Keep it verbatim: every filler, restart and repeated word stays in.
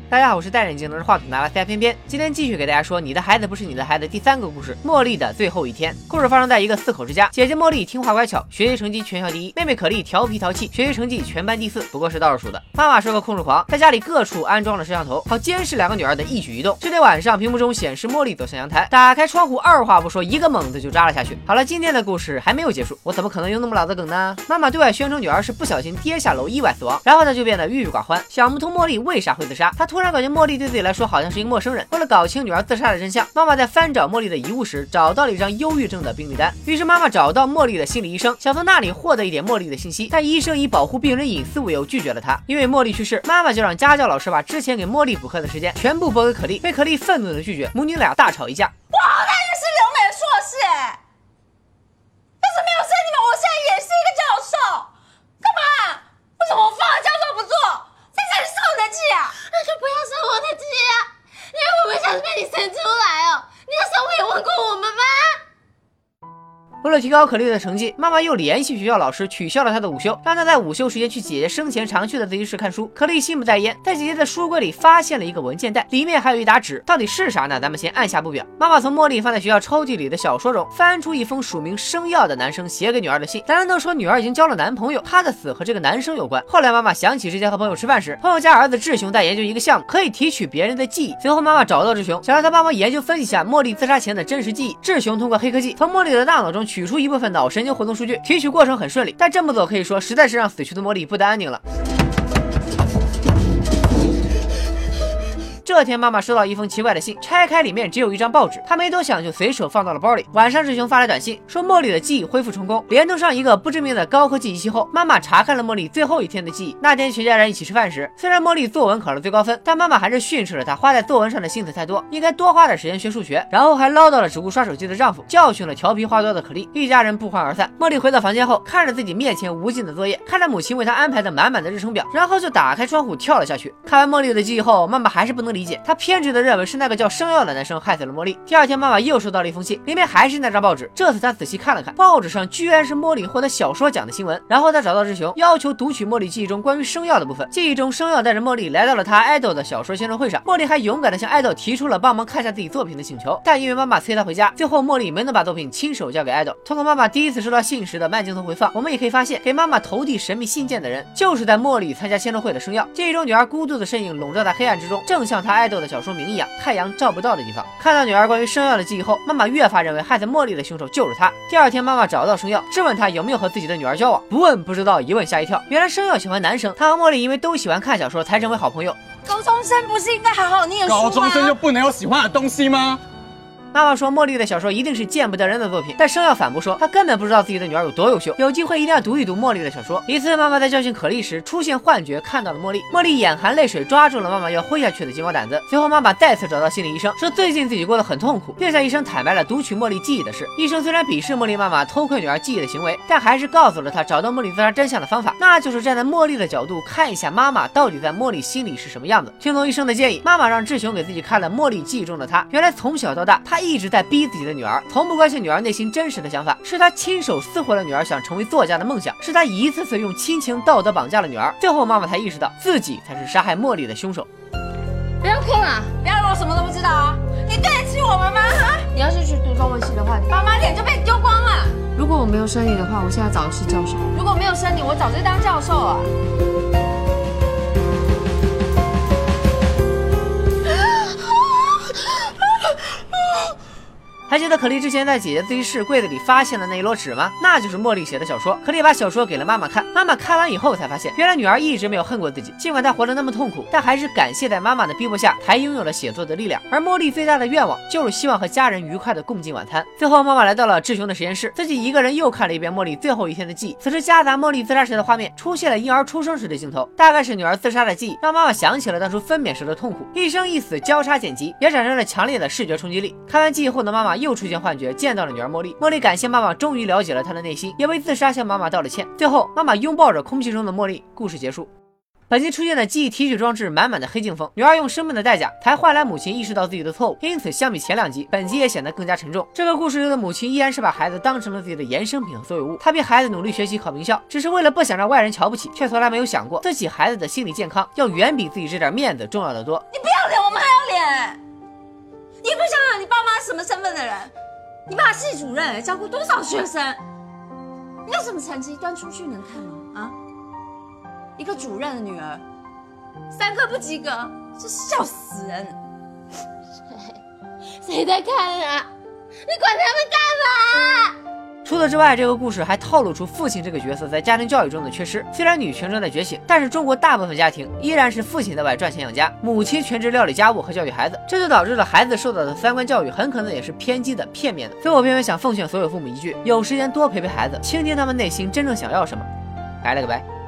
大家好，我是戴眼镜拿着话筒拿了塞偏偏，今天继续给大家说《你的孩子不是你的孩子》第三个故事，茉莉的最后一天。故事发生在一个四口之家，姐姐茉莉听话乖巧，学习成绩全校第一；妹妹可莉调皮淘气，学习成绩全班第四，不过是倒数的。妈妈是个控制狂，在家里各处安装了摄像头，好监视两个女儿的一举一动。这天晚上，屏幕中显示茉莉走向阳台，打开窗户，二话不说，一个猛子就扎了下去。好了，今天的故事还没有结束，我怎么可能有那么老的梗呢？妈妈对外宣称女儿是不小心跌下楼意外死亡，然后呢就变得郁郁寡欢，想不通茉莉为啥会自杀。她突然感觉茉莉对自己来说好像是一个陌生人。为了搞清女儿自杀的真相，妈妈在翻找茉莉的遗物时，找到了一张忧郁症的病历单。于是妈妈找到茉莉的心理医生，想从那里获得一点茉莉的信息，但医生以保护病人隐私为由拒绝了她。因为茉莉去世，妈妈就让家教老师把之前给茉莉补课的时间全部拨给可莉，被可莉愤怒的拒绝，母女俩大吵一架。 我好歹也是留美的硕士哎，要是没有生你们，我现在也是一个教授。干嘛？为什么我放了教授不做？这才是受我的气啊！那就不要受我的气啊！你会不会想被你生出来哦？你的生活也问过我们吗？ 为了提高可莉的成绩，妈妈又联系学校老师取消了她的午休，让她在午休时间去姐姐生前常去的自习室看书。可莉心不在焉，在姐姐的书柜里发现了一个文件袋，里面还有一沓纸，到底是啥呢？咱们先按下不表。妈妈从茉莉放在学校抽屉里的小说中翻出一封署名生药的男生写给女儿的信，男人都说女儿已经交了男朋友，她的死和这个男生有关。后来妈妈想起之前和朋友吃饭时，朋友家儿子志雄在研究一个项目，可以提取别人的记忆。随后妈妈找到志雄，想让他帮忙研究分析下茉莉自杀前的真实记忆。志雄通过黑科技从茉莉的大脑中取出一部分脑神经活动数据，提取过程很顺利，但这么做可以说实在是让死去的茉莉不得安宁了。这天，妈妈收到一封奇怪的信，拆开里面只有一张报纸，她没多想就随手放到了包里。晚上，志雄发来短信说茉莉的记忆恢复成功，联动上一个不知名的高科技仪器后，妈妈查看了茉莉最后一天的记忆。那天全家人一起吃饭时，虽然茉莉作文考了最高分，但妈妈还是训斥了她花在作文上的心思太多，应该多花点时间学数学。然后还唠叨了只顾刷手机的丈夫，教训了调皮话多的可莉。一家人不欢而散。茉莉回到房间后，看着自己面前无尽的作业，看着母亲为她安排的满满的日程表，然后就打开窗户跳了下去。看完茉莉的记忆后，妈妈还是不能理解，她偏执的认为是那个叫生药的男生害死了茉莉。第二天，妈妈又收到了一封信，里面还是那张报纸。这次她仔细看了看，报纸上居然是茉莉获得小说奖的新闻。然后她找到志雄，要求读取茉莉记忆中关于生药的部分。记忆中，生药带着茉莉来到了她爱豆的小说签售会上，茉莉还勇敢地向爱豆提出了帮忙看下自己作品的请求，但因为妈妈催她回家，最后茉莉没能把作品亲手交给爱豆。通过妈妈第一次收到信时的慢镜头回放，我们也可以发现，给妈妈投递神秘信件的人就是在茉莉参加签售会的生药。记忆中女儿孤独的身影笼罩在黑暗之中，正像她爱豆的小说名一样，太阳照不到的地方。看到女儿关于生药的记忆后，妈妈越发认为害死茉莉的凶手就是她。第二天，妈妈找到生药，质问她有没有和自己的女儿交往。不问不知道，一问吓一跳，原来生药喜欢男生，她和茉莉因为都喜欢看小说才成为好朋友。 高中生不是应该好好念书吗？ 高中生就不能有喜欢的东西吗？ 妈妈说茉莉的小说一定是见不得人的作品，但生药反驳说她根本不知道自己的女儿有多优秀，有机会一定要读一读茉莉的小说。一次，妈妈在教训可莉时出现幻觉，看到了茉莉，茉莉眼含泪水抓住了妈妈要挥下去的鸡毛掸子。随后妈妈再次找到心理医生，说最近自己过得很痛苦，并向医生坦白了读取茉莉记忆的事。医生虽然鄙视茉莉妈妈偷窥女儿记忆的行为，但还是告诉了她找到茉莉自杀真相的方法，那就是站在茉莉的角度看一下妈妈到底在茉莉心里是什么样子。听从医生的建议，妈妈让志雄给自己看了茉莉记忆中的她，原来从小到大她一直在逼自己的女儿，从不关心女儿内心真实的想法，是她亲手撕毁了女儿想成为作家的梦想，是她一次次用亲情道德绑架了女儿。最后妈妈才意识到自己才是杀害茉莉的凶手。 不要哭了，不要让我什么都不知道啊！你对得起我们吗？哈！你要是去读中文系的话，爸妈脸就被丢光了。 如果我没有生你的话，我现在早就是教授。 如果没有生你，我早就当教授了。 还记得可莉之前在姐姐自习室柜子里发现的那一摞纸吗？那就是茉莉写的小说。可莉把小说给了妈妈看，妈妈看完以后才发现，原来女儿一直没有恨过自己，尽管她活得那么痛苦，但还是感谢在妈妈的逼迫下才拥有了写作的力量。而茉莉最大的愿望就是希望和家人愉快的共进晚餐。最后，妈妈来到了志雄的实验室，自己一个人又看了一遍茉莉最后一天的记忆。此时夹杂茉莉自杀时的画面出现了婴儿出生时的镜头，大概是女儿自杀的记忆让妈妈想起了当初分娩时的痛苦，一生一死交叉剪辑，也产生了强烈的视觉冲击力。看完记忆后的妈妈又出现幻觉，见到了女儿茉莉。茉莉感谢妈妈终于了解了她的内心，也为自杀向妈妈道了歉。最后，妈妈拥抱着空气中的茉莉，故事结束。 本集出现的记忆提取装置满满的黑镜风，女儿用生命的代价才换来母亲意识到自己的错误，因此相比前两集，本集也显得更加沉重。这个故事中的母亲依然是把孩子当成了自己的衍生品和所有物，她逼孩子努力学习考名校，只是为了不想让外人瞧不起，却从来没有想过自己孩子的心理健康要远比自己这点面子重要的多。 你不要脸，我们还要脸？你不想想你爸妈是什么身份的人？你爸系主任，教过多少学生？你有什么成绩端出去能看吗？啊？一个主任的女儿，三科不及格，这笑死人！谁谁在看啊？你管他们干嘛？ 除此之外，这个故事还透露出父亲这个角色在家庭教育中的缺失。虽然女权正在觉醒，但是中国大部分家庭依然是父亲在外赚钱养家，母亲全职料理家务和教育孩子，这就导致了孩子受到的三观教育很可能也是偏激的、片面的。所以我偏偏想奉劝所有父母一句：有时间多陪陪孩子，倾听他们内心真正想要什么。拜了个拜。